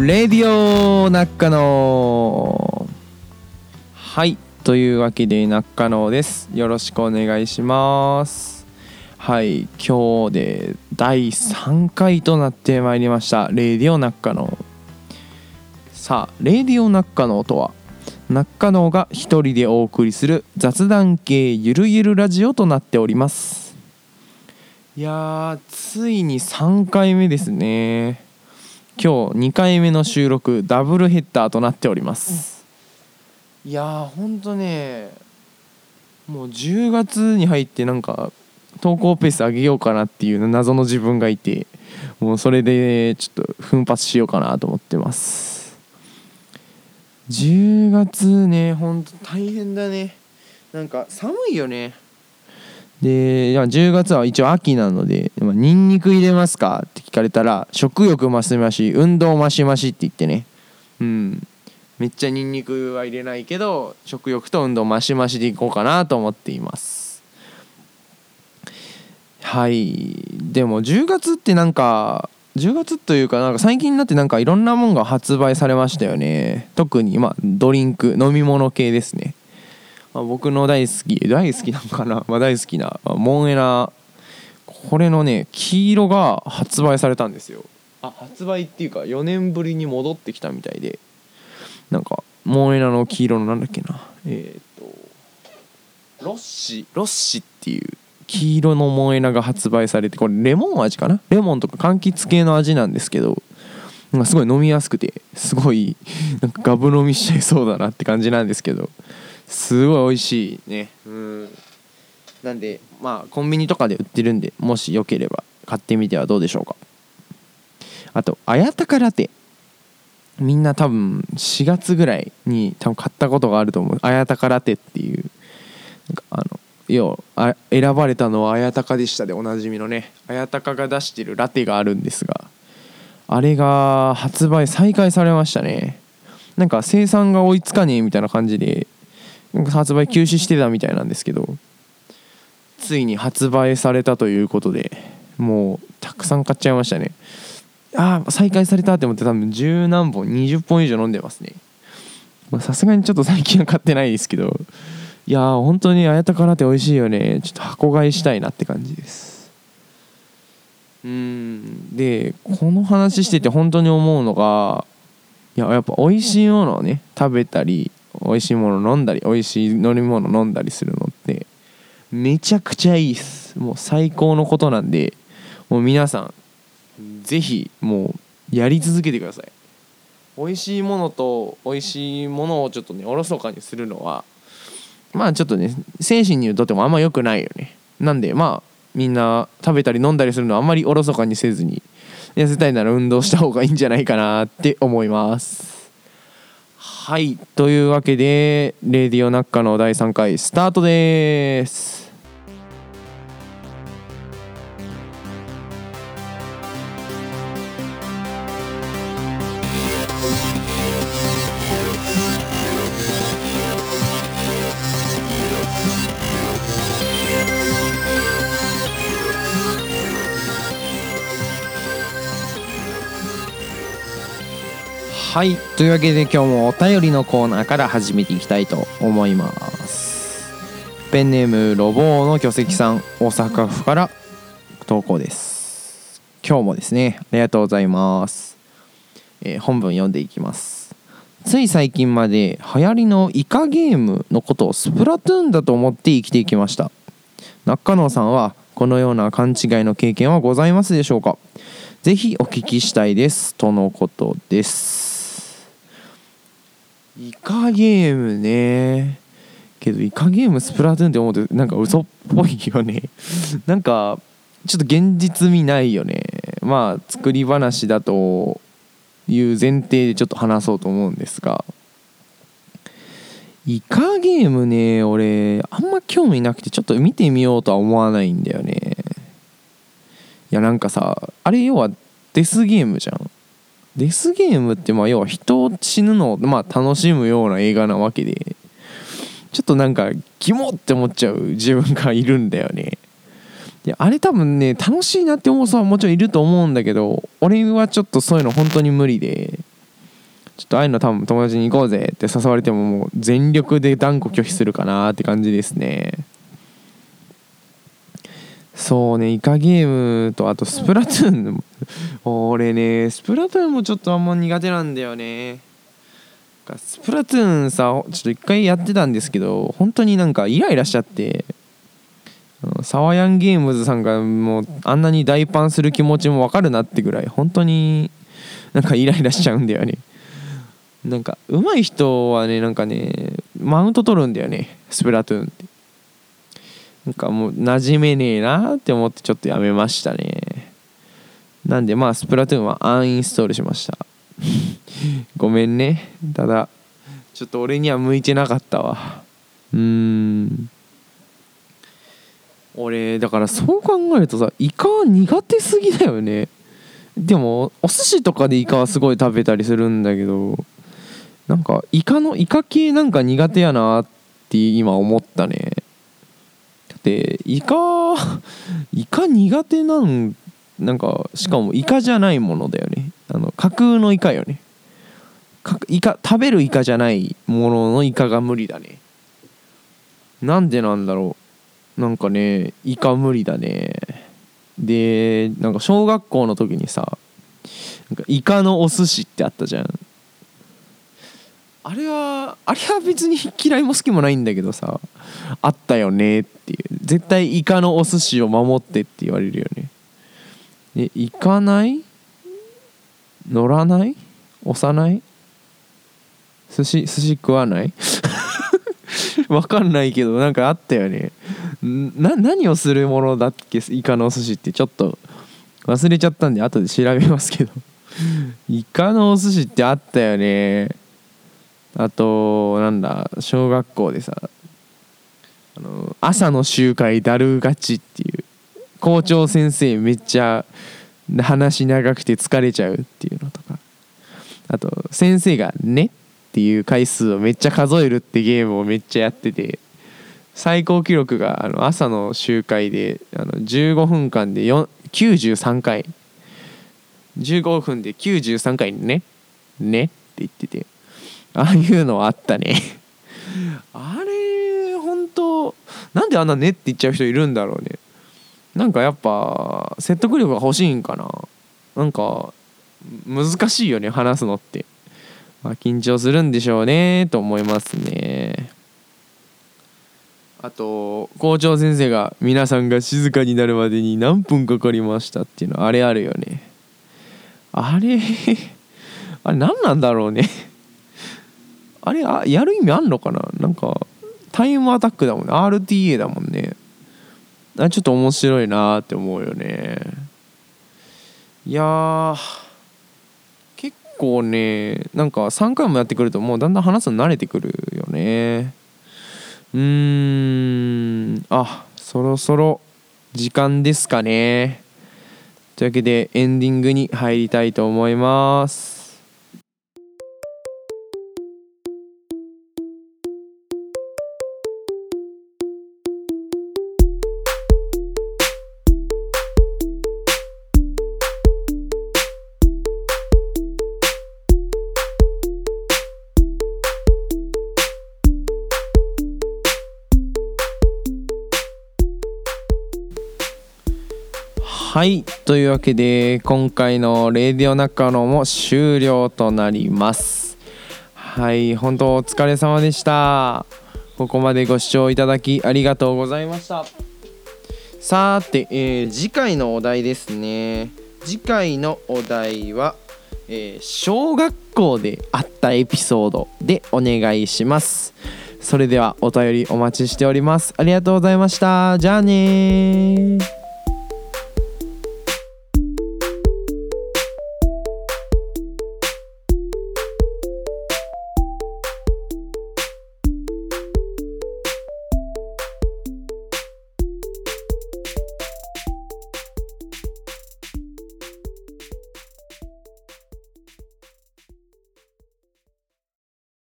レディオ中野。はい、というわけで中野です。よろしくお願いします。はい、今日で第3回となってまいりましたレディオ中野。さあ、レディオ中野とは中野が一人でお送りする雑談系ゆるゆるラジオとなっております。いやー、ついに3回目ですね。今日2回目の収録ダブルヘッダーとなっております。いやー、ほんとね、もう10月に入ってなんか投稿ペース上げようかなっていう謎の自分がいて、もうそれでちょっと奮発しようかなと思ってます。10月ね、ほんと大変だね。なんか寒いよね。で、10月は一応秋なので、ニンニク入れますかって聞かれたら、食欲増し増し運動増し増しって言ってね、めっちゃニンニクは入れないけど食欲と運動増し増しでいこうかなと思っています。はい。でも10月ってなんか10月というか、なんか最近になってなんかいろんなもんが発売されましたよね。特にドリンク、飲み物系ですね。僕の大好きなのかな、大好きなモンエナ、これのね黄色が発売されたんですよ。発売っていうか4年ぶりに戻ってきたみたいで、なんかモンエナの黄色のなんだっけな、ロッシっていう黄色のモンエナが発売されて、これレモン味かな、レモンとか柑橘系の味なんですけど、なんかすごい飲みやすくて、すごいなんかガブ飲みしちゃいそうだなって感じなんですけど、すごい美味しいね。なんでコンビニとかで売ってるんで、もしよければ買ってみてはどうでしょうか。あと綾鷹ラテ、みんな多分4月ぐらいに多分買ったことがあると思う。綾鷹ラテっていう、選ばれたのは綾鷹でしたでおなじみのね、綾鷹が出してるラテがあるんですが、あれが発売再開されましたね。なんか生産が追いつかねえみたいな感じで発売休止してたみたいなんですけど、ついに発売されたということで、もうたくさん買っちゃいましたね。再開されたって思って、多分10何本20本以上飲んでますね。さすがにちょっと最近は買ってないですけど、いやー本当に綾鷹ラテ美味しいよね。ちょっと箱買いしたいなって感じです。で、この話してて本当に思うのが、やっぱ美味しいものをね食べたり、美味しいもの飲んだり、美味しい飲み物飲んだりするのってめちゃくちゃいいっす。もう最高のことなんで、もう皆さんぜひもうやり続けてください。美味しいものと美味しいものをちょっとねおろそかにするのはちょっとね精神にとってもあんま良くないよね。なんでみんな食べたり飲んだりするのはあんまりおろそかにせずに、痩せたいなら運動した方がいいんじゃないかなって思います。はい、というわけでレディオナッカの第3回スタートです。はい、というわけで今日もお便りのコーナーから始めていきたいと思います。ペンネームロボーの巨石さん、大阪府から投稿です。今日もですね、ありがとうございます。本文読んでいきます。つい最近まで流行りのイカゲームのことをスプラトゥーンだと思って生きていきました。中野さんはこのような勘違いの経験はございますでしょうか。ぜひお聞きしたいですとのことです。イカゲームね。けどイカゲームスプラトゥーンって思うとなんか嘘っぽいよね。なんかちょっと現実味ないよね。作り話だという前提でちょっと話そうと思うんですが、イカゲームね、俺あんま興味なくてちょっと見てみようとは思わないんだよね。いやなんかさ、あれ要はデスゲームじゃん。デスゲームって要は人死ぬのを楽しむような映画なわけで、ちょっとなんかキモって思っちゃう自分がいるんだよね。であれ多分ね楽しいなって思う人はもちろんいると思うんだけど、俺はちょっとそういうの本当に無理で、 ちょっとああいうの多分友達に行こうぜって誘われてももう全力で断固拒否するかなって感じですね。そうね、イカゲームとあとスプラトゥーン俺ねスプラトゥーンもちょっとあんま苦手なんだよね。スプラトゥーンさちょっと一回やってたんですけど本当になんかイライラしちゃって、サワヤンゲームズさんがもうあんなに大パンする気持ちも分かるなってぐらい本当になんかイライラしちゃうんだよね。なんか上手い人はねなんかねマウント取るんだよねスプラトゥーンって。なんかもう馴染めねえなって思ってちょっとやめましたね。なんでまあスプラトゥーンはアンインストールしましたごめんね。ただちょっと俺には向いてなかったわ。俺だからそう考えるとさイカは苦手すぎだよね。でもお寿司とかでイカはすごい食べたりするんだけどなんかイカ系なんか苦手やなって今思ったね。だってイカ苦手なんかしかもイカじゃないものだよね。架空のイカよね。食べるイカじゃないもののイカが無理だね。なんでなんだろう。なんかねイカ無理だね。でなんか小学校の時にさなんかイカのお寿司ってあったじゃん。あれは別に嫌いも好きもないんだけどさあったよねっていう。絶対イカのお寿司を守ってって言われるよね。で行かない乗らない押さない寿司食わないわかんないけどなんかあったよね。何をするものだっけイカのお寿司ってちょっと忘れちゃったんで後で調べますけどイカのお寿司ってあったよね。あとなんだ小学校でさ朝の集会だるがちっていう校長先生めっちゃ話長くて疲れちゃうっていうのとかあと先生がねっていう回数をめっちゃ数えるってゲームをめっちゃやってて最高記録が朝の集会で15分間で93回15分で93回ねって言っててああいうのあったねあれ本当なんであんなねって言っちゃう人いるんだろうね。なんかやっぱ説得力が欲しいんかな。なんか難しいよね話すのって。まあ緊張するんでしょうねと思いますね。あと校長先生が皆さんが静かになるまでに何分かかりましたっていうのあれあるよね。あれ何なんだろうねあれやる意味あんのかな。なんかタイムアタックだもんね RTA だもんね。ちょっと面白いなって思うよね。いや結構ねなんか3回もやってくるともうだんだん話すの慣れてくるよね。そろそろ時間ですかね。というわけでエンディングに入りたいと思います。はい、というわけで今回のレディオ中野も終了となります。はい、本当お疲れ様でした。ここまでご視聴いただきありがとうございました。さーて、次回のお題ですね。次回のお題は、小学校であったエピソードでお願いします。それではお便りお待ちしております。ありがとうございました。じゃあねー。